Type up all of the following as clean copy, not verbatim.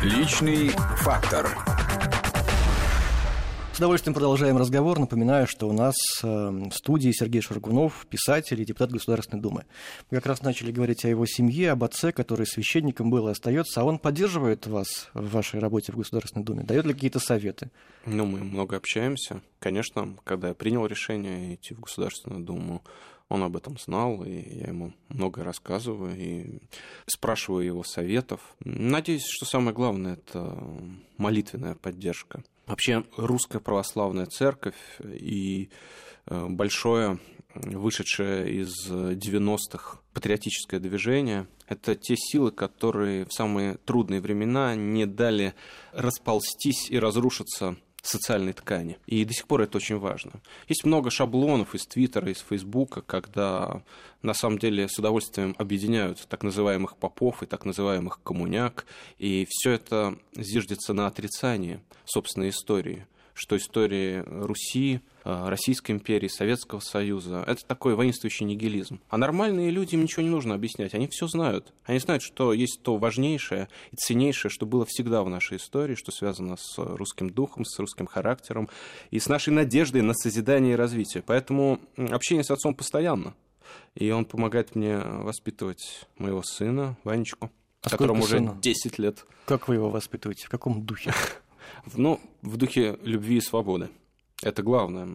Личный фактор. С удовольствием продолжаем разговор. Напоминаю, что у нас в студии Сергей Шаргунов, писатель и депутат Государственной Думы. Мы как раз начали говорить о его семье, об отце, который священником был и остается. А он поддерживает вас в вашей работе в Государственной Думе? Дает ли какие-то советы? Мы много общаемся. Конечно, когда я принял решение идти в Государственную Думу, он об этом знал, и я ему многое рассказываю и спрашиваю его советов. Надеюсь, что самое главное – это молитвенная поддержка. Вообще, Русская Православная Церковь и большое, вышедшее из 90-х патриотическое движение – это те силы, которые в самые трудные времена не дали расползтись и разрушиться социальной ткани. И до сих пор это очень важно. Есть много шаблонов из Твиттера, из Фейсбука, когда на самом деле с удовольствием объединяют так называемых попов и так называемых коммуняк, и все это зиждется на отрицании собственной истории, что истории Руси, Российской империи, Советского Союза – это такой воинствующий нигилизм. А нормальные люди, им ничего не нужно объяснять, они все знают. Они знают, что есть то важнейшее и ценнейшее, что было всегда в нашей истории, что связано с русским духом, с русским характером и с нашей надеждой на созидание и развитие. Поэтому общение с отцом постоянно. И он помогает мне воспитывать моего сына, Ванечку, которому уже 10 лет. Как вы его воспитываете? В каком духе? В духе любви и свободы. Это главное.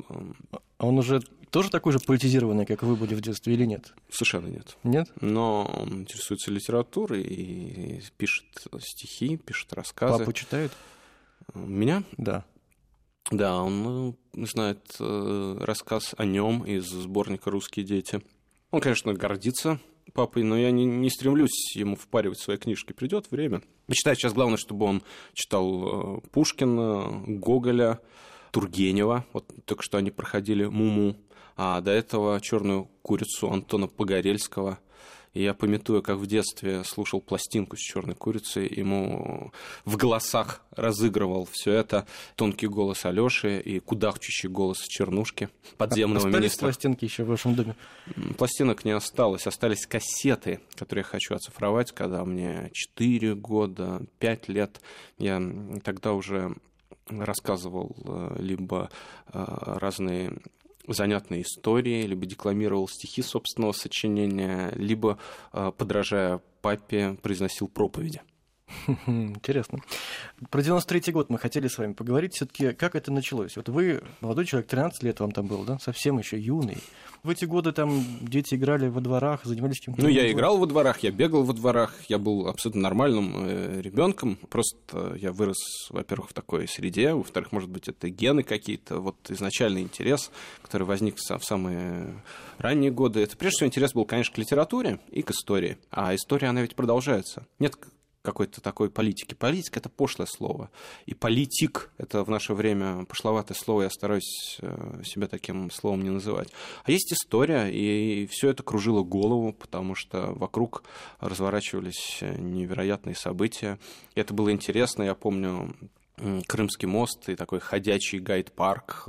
Он уже тоже такой же политизированный, как вы были в детстве, или нет? Совершенно нет. Нет? Но он интересуется литературой и пишет стихи, пишет рассказы. Папу читает? Меня? Да. Да, он знает рассказ о нем из сборника «Русские дети». Он, конечно, гордится папой, но я не стремлюсь ему впаривать свои книжки. Придет время. Почитать сейчас главное, чтобы он читал Пушкина, Гоголя, Тургенева. Вот только что они проходили «Муму». А до этого «Черную курицу» Антона Погорельского. И я памятую, как в детстве слушал пластинку с «Черной курицей», ему в голосах разыгрывал все это тонкий голос Алёши и кудахчущий голос Чернушки, подземного министра. Остались пластинки еще в вашем доме? Пластинок не осталось. Остались кассеты, которые я хочу оцифровать, когда мне 4 года, 5 лет. Я тогда уже рассказывал либо разные занятные истории, либо декламировал стихи собственного сочинения, либо, подражая папе, произносил проповеди. Интересно. Про 93-й год мы хотели с вами поговорить. Все-таки как это началось? Вот вы, молодой человек, 13 лет вам там был, да? Совсем еще юный. В эти годы там дети играли во дворах, занимались чем-то. Я играл во дворах, я бегал во дворах, я был абсолютно нормальным ребенком. Просто я вырос, во-первых, в такой среде, во-вторых, может быть, это гены какие-то. Вот изначальный интерес, который возник в самые ранние годы. Это прежде всего интерес был, конечно, к литературе и к истории. А история, она ведь продолжается. Нет какой-то такой политики. Политика – это пошлое слово. И политик – это в наше время пошловатое слово, я стараюсь себя таким словом не называть. А есть история, и все это кружило голову, потому что вокруг разворачивались невероятные события. И это было интересно. Я помню Крымский мост и такой ходячий гайд-парк,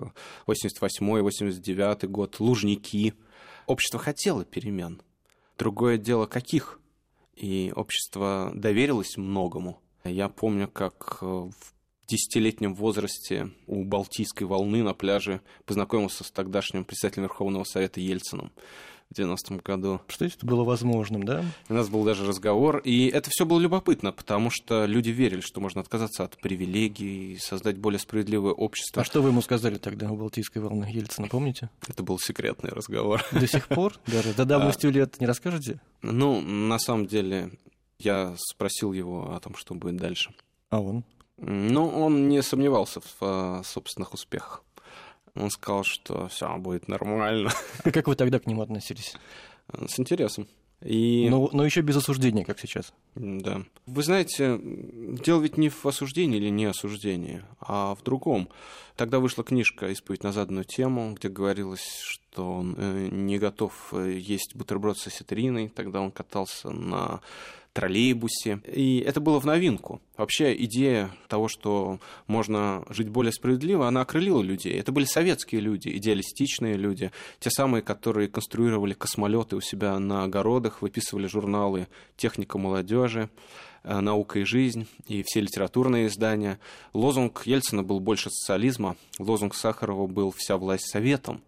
88-89 год, Лужники. Общество хотело перемен. Другое дело, каких? И общество доверилось многому. Я помню, как в 10-летнем возрасте у Балтийской волны на пляже познакомился с тогдашним председателем Верховного Совета Ельциным в 90-м году. Что это было возможным, да? У нас был даже разговор, и это все было любопытно, потому что люди верили, что можно отказаться от привилегий и создать более справедливое общество. А что вы ему сказали тогда у Балтийской волны Ельцина, помните? Это был секретный разговор. До сих пор? Даже до давностью лет не расскажете? На самом деле, я спросил его о том, что будет дальше. А он? Он не сомневался в собственных успехах. Он сказал, что все будет нормально. А как вы тогда к нему относились? С интересом. Но еще без осуждения, как сейчас. Да. Вы знаете, дело ведь не в осуждении или не осуждении, а в другом. Тогда вышла книжка «Исповедь на заданную тему», где говорилось, что он не готов есть бутерброд с осетриной. Тогда он катался на троллейбусе. И это было в новинку. Вообще идея того, что можно жить более справедливо, она окрылила людей. Это были советские люди, идеалистичные люди, те самые, которые конструировали космолеты у себя на огородах, выписывали журналы «Техника молодежи». «Наука и жизнь» и все литературные издания. Лозунг Ельцина был «Больше социализма», лозунг Сахарова был «Вся власть советом».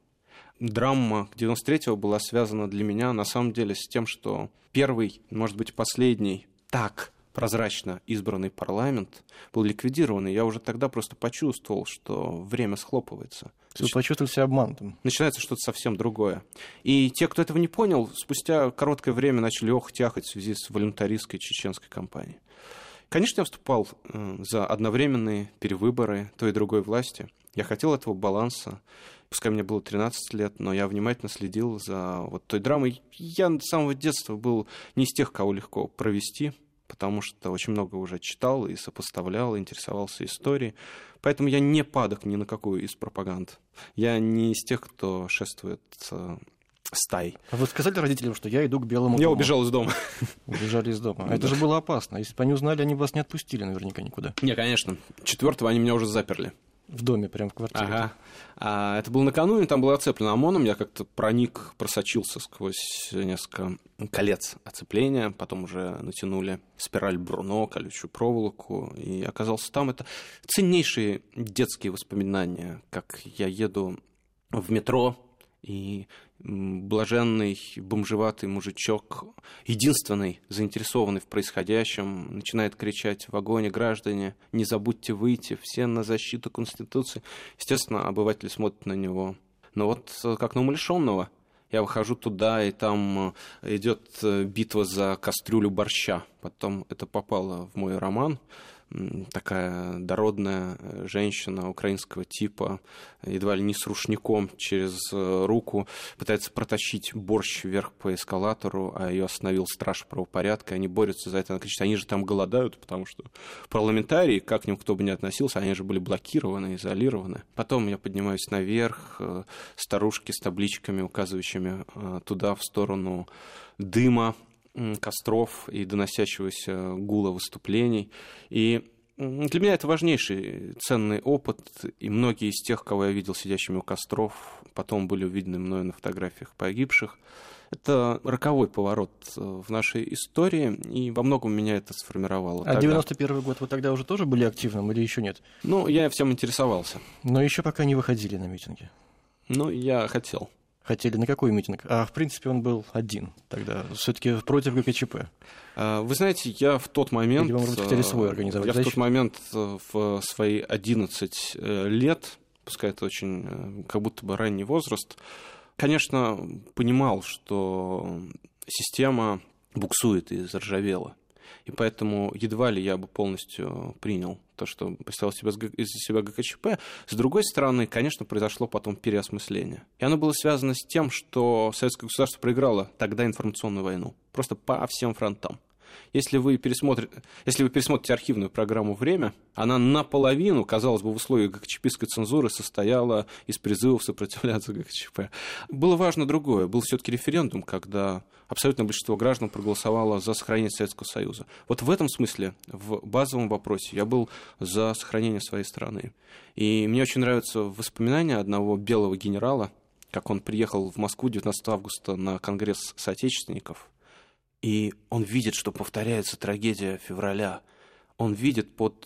Драма 93-го была связана для меня, на самом деле, с тем, что первый, может быть, последний, так прозрачно избранный парламент был ликвидирован, и я уже тогда просто почувствовал, что время схлопывается. Вы почувствовали себя обманутым. Начинается что-то совсем другое. И те, кто этого не понял, спустя короткое время начали охать-ахать в связи с волюнтаристской чеченской кампанией. Конечно, я вступал за одновременные перевыборы той и другой власти. Я хотел этого баланса. Пускай мне было 13 лет, но я внимательно следил за вот той драмой. Я с самого детства был не из тех, кого легко провести, потому что очень много уже читал и сопоставлял, интересовался историей. Поэтому я не падок ни на какую из пропаганд. Я не из тех, кто шествует стаей. А вы сказали родителям, что я иду к Белому дому? Я убежал из дома. Убежали из дома. А это же было опасно. Если бы они узнали, они бы вас не отпустили наверняка никуда. Не, конечно. 4-го они меня уже заперли. В доме, прям в квартире. Ага. Это было накануне, там было оцеплено ОМОНом. Я как-то просочился сквозь несколько колец оцепления. Потом уже натянули спираль Бруно, колючую проволоку. И оказался там. Это ценнейшие детские воспоминания, как я еду в метро, и блаженный, бомжеватый мужичок, единственный заинтересованный в происходящем, начинает кричать в вагоне: «Граждане, не забудьте выйти, все на защиту Конституции». Естественно, обыватели смотрят на него. Но вот как на умалишенного. Я выхожу туда, и там идет битва за кастрюлю борща. Потом это попало в мой роман. Такая дородная женщина украинского типа, едва ли не с рушником через руку, пытается протащить борщ вверх по эскалатору, а ее остановил страж правопорядка, они борются за это. Она кричит: они же там голодают, потому что парламентарии, как к ним кто бы ни относился, они же были блокированы, изолированы. Потом я поднимаюсь наверх, старушки с табличками, указывающими туда, в сторону дыма, костров и доносящегося гула выступлений. И для меня это важнейший, ценный опыт, и многие из тех, кого я видел сидящими у костров, потом были увидены мною на фотографиях погибших. Это роковой поворот в нашей истории, и во многом меня это сформировало. А 91-й год вы тогда уже тоже были активным или еще нет? Ну, я всем интересовался. Но еще пока не выходили на митинги. Ну, я хотел. Хотели на какой митинг? А, в принципе, он был один тогда, все-таки против ГКЧП. Вы знаете, я в тот момент... Или вы, может быть, хотели свой организовать? Я в тот момент в свои 11 лет, пускай это очень как будто бы ранний возраст, конечно, понимал, что система буксует и заржавела. И поэтому едва ли я бы полностью принял то, что представил из себя ГКЧП. С другой стороны, конечно, произошло потом переосмысление. И оно было связано с тем, что советское государство проиграло тогда информационную войну. Просто по всем фронтам. Если вы пересмотрите архивную программу «Время», она наполовину, казалось бы, в условиях ГКЧПистской цензуры состояла из призывов сопротивляться ГКЧП. Было важно другое. Был все-таки референдум, когда абсолютное большинство граждан проголосовало за сохранение Советского Союза. Вот в этом смысле, в базовом вопросе, я был за сохранение своей страны. И мне очень нравятся воспоминания одного белого генерала, как он приехал в Москву 19 августа на конгресс соотечественников. И он видит, что повторяется трагедия февраля. Он видит под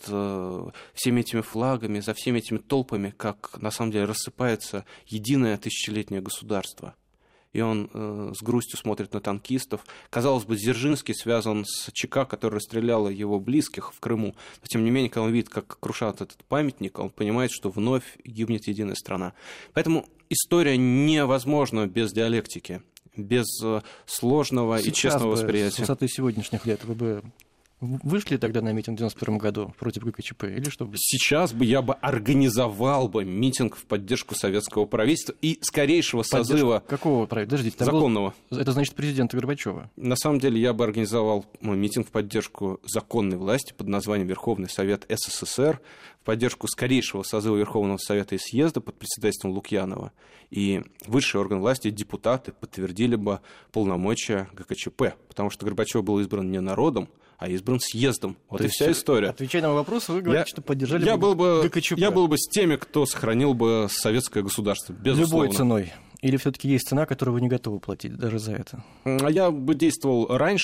всеми этими флагами, за всеми этими толпами, как на самом деле рассыпается единое тысячелетнее государство. И он с грустью смотрит на танкистов. Казалось бы, Дзержинский связан с ЧК, которая расстреляла его близких в Крыму. Но тем не менее, когда он видит, как крушат этот памятник, он понимает, что вновь гибнет единая страна. Поэтому история невозможна без диалектики, без сложного и честного восприятия. С высоты сегодняшних лет вы бы вышли тогда на митинг в 91 году против ГКЧП или что бы? Сейчас бы я бы организовал бы митинг в поддержку советского правительства и скорейшего созыва. Какого правительства? Подождите, законного. Это значит президента Горбачева. На самом деле я бы организовал митинг в поддержку законной власти под названием Верховный Совет СССР, в поддержку скорейшего созыва Верховного Совета и съезда под председательством Лукьянова. И высший орган власти, депутаты, подтвердили бы полномочия ГКЧП, потому что Горбачев был избран не народом, а избран съездом. Вот и вся история. Отвечая на вопрос, вы говорите, что поддержали бы ГКЧП. Я был бы с теми, кто сохранил бы советское государство, безусловно. Любой ценой. Или все-таки есть цена, которую вы не готовы платить даже за это? Я бы действовал раньше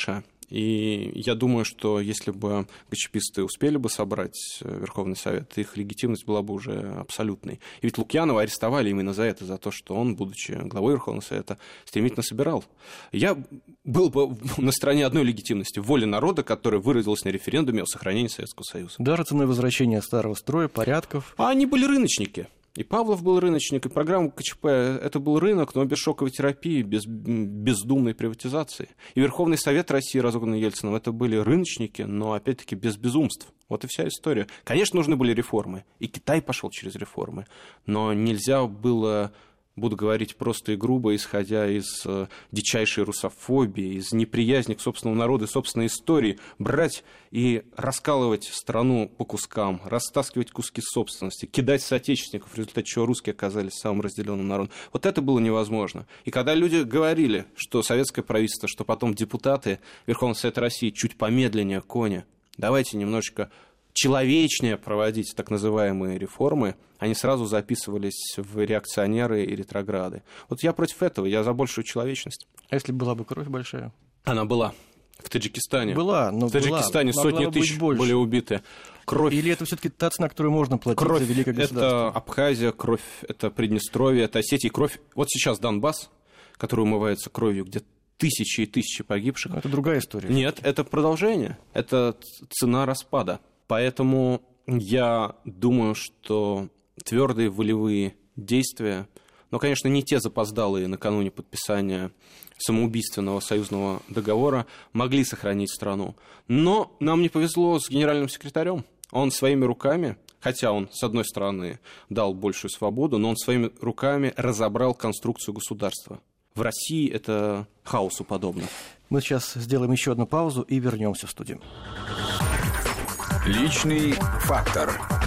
И я думаю, что если бы ГЧПисты успели бы собрать Верховный Совет, их легитимность была бы уже абсолютной. И ведь Лукьянова арестовали именно за это, за то, что он, будучи главой Верховного Совета, стремительно собирал. Я был бы на стороне одной легитимности, воли народа, которая выразилась на референдуме о сохранении Советского Союза. Даже ценой возвращения старого строя, порядков. А они были рыночники. И Павлов был рыночник, и программа КЧП – это был рынок, но без шоковой терапии, без бездумной приватизации. И Верховный Совет России, разогнанный Ельциным, это были рыночники, но, опять-таки, без безумств. Вот и вся история. Конечно, нужны были реформы, и Китай пошел через реформы, но нельзя было... Буду говорить просто и грубо, исходя из дичайшей русофобии, из неприязни к собственному народу и собственной истории, брать и раскалывать страну по кускам, растаскивать куски собственности, кидать соотечественников, в результате чего русские оказались самым разделенным народом. Вот это было невозможно. И когда люди говорили, что советское правительство, что потом депутаты Верховного Совета России чуть помедленнее кони, давайте немножечко человечнее проводить так называемые реформы, они сразу записывались в реакционеры и ретрограды. Вот я против этого, я за большую человечность. А если была бы кровь большая? Она была. В Таджикистане. Была, но в Таджикистане сотни тысяч были убиты. Кровь. Или это все-таки та цена, которую можно платить за великое государство? Это Абхазия, кровь, это Приднестровье, это Осетия, кровь. Вот сейчас Донбасс, который умывается кровью, где тысячи и тысячи погибших. Это другая история. Нет, это продолжение. Это цена распада. Поэтому я думаю, что твердые волевые действия, но, конечно, не те запоздалые накануне подписания самоубийственного союзного договора, могли сохранить страну. Но нам не повезло с генеральным секретарем. Он своими руками, хотя он, с одной стороны, дал большую свободу, но он своими руками разобрал конструкцию государства. В России это хаосу подобно. Мы сейчас сделаем еще одну паузу и вернемся в студию. Личный фактор.